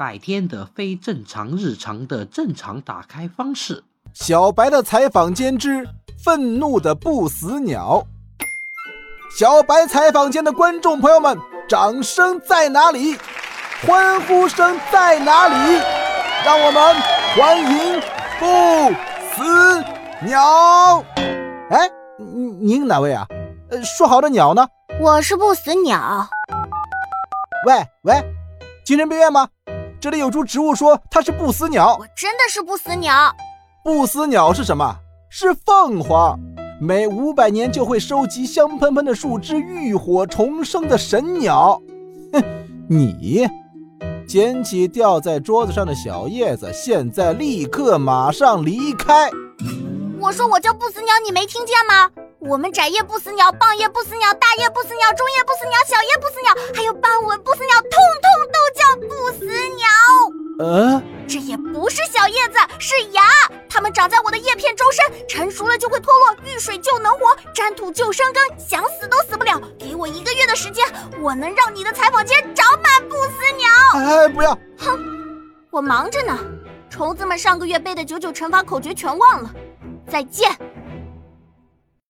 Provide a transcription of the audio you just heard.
白天的非正常日常的正常打开方式。 小白的采访间之愤怒的不死鸟。小白采访间的观众朋友们，掌声在哪里？欢呼声在哪里？让我们欢迎不死鸟。哎，您哪位啊？说好的鸟呢？ 我是不死鸟。 喂，精神病院吗？这里有株植物说它是不死鸟。 我真的是不死鸟。 不死鸟是什么？是凤凰，每500年就会收集香喷喷的树枝，浴火重生的神鸟。哼，你捡起掉在桌子上的小叶子，现在立刻马上离开。 我说我叫不死鸟，你没听见吗？我们窄叶不死鸟、棒叶不死鸟、大叶不死鸟、中叶不死鸟、小叶不死鸟，还有斑纹不死鸟，通通都叫不死鸟。这也不是小叶子，是芽，它们长在我的叶片周身，成熟了就会脱落，遇水就能活，沾土就生根，想死都死不了。给我1个月的时间，我能让你的采访间长满不死鸟。 不要！ 哼，我忙着呢，虫子们上个月背的99乘法口诀全忘了。再见。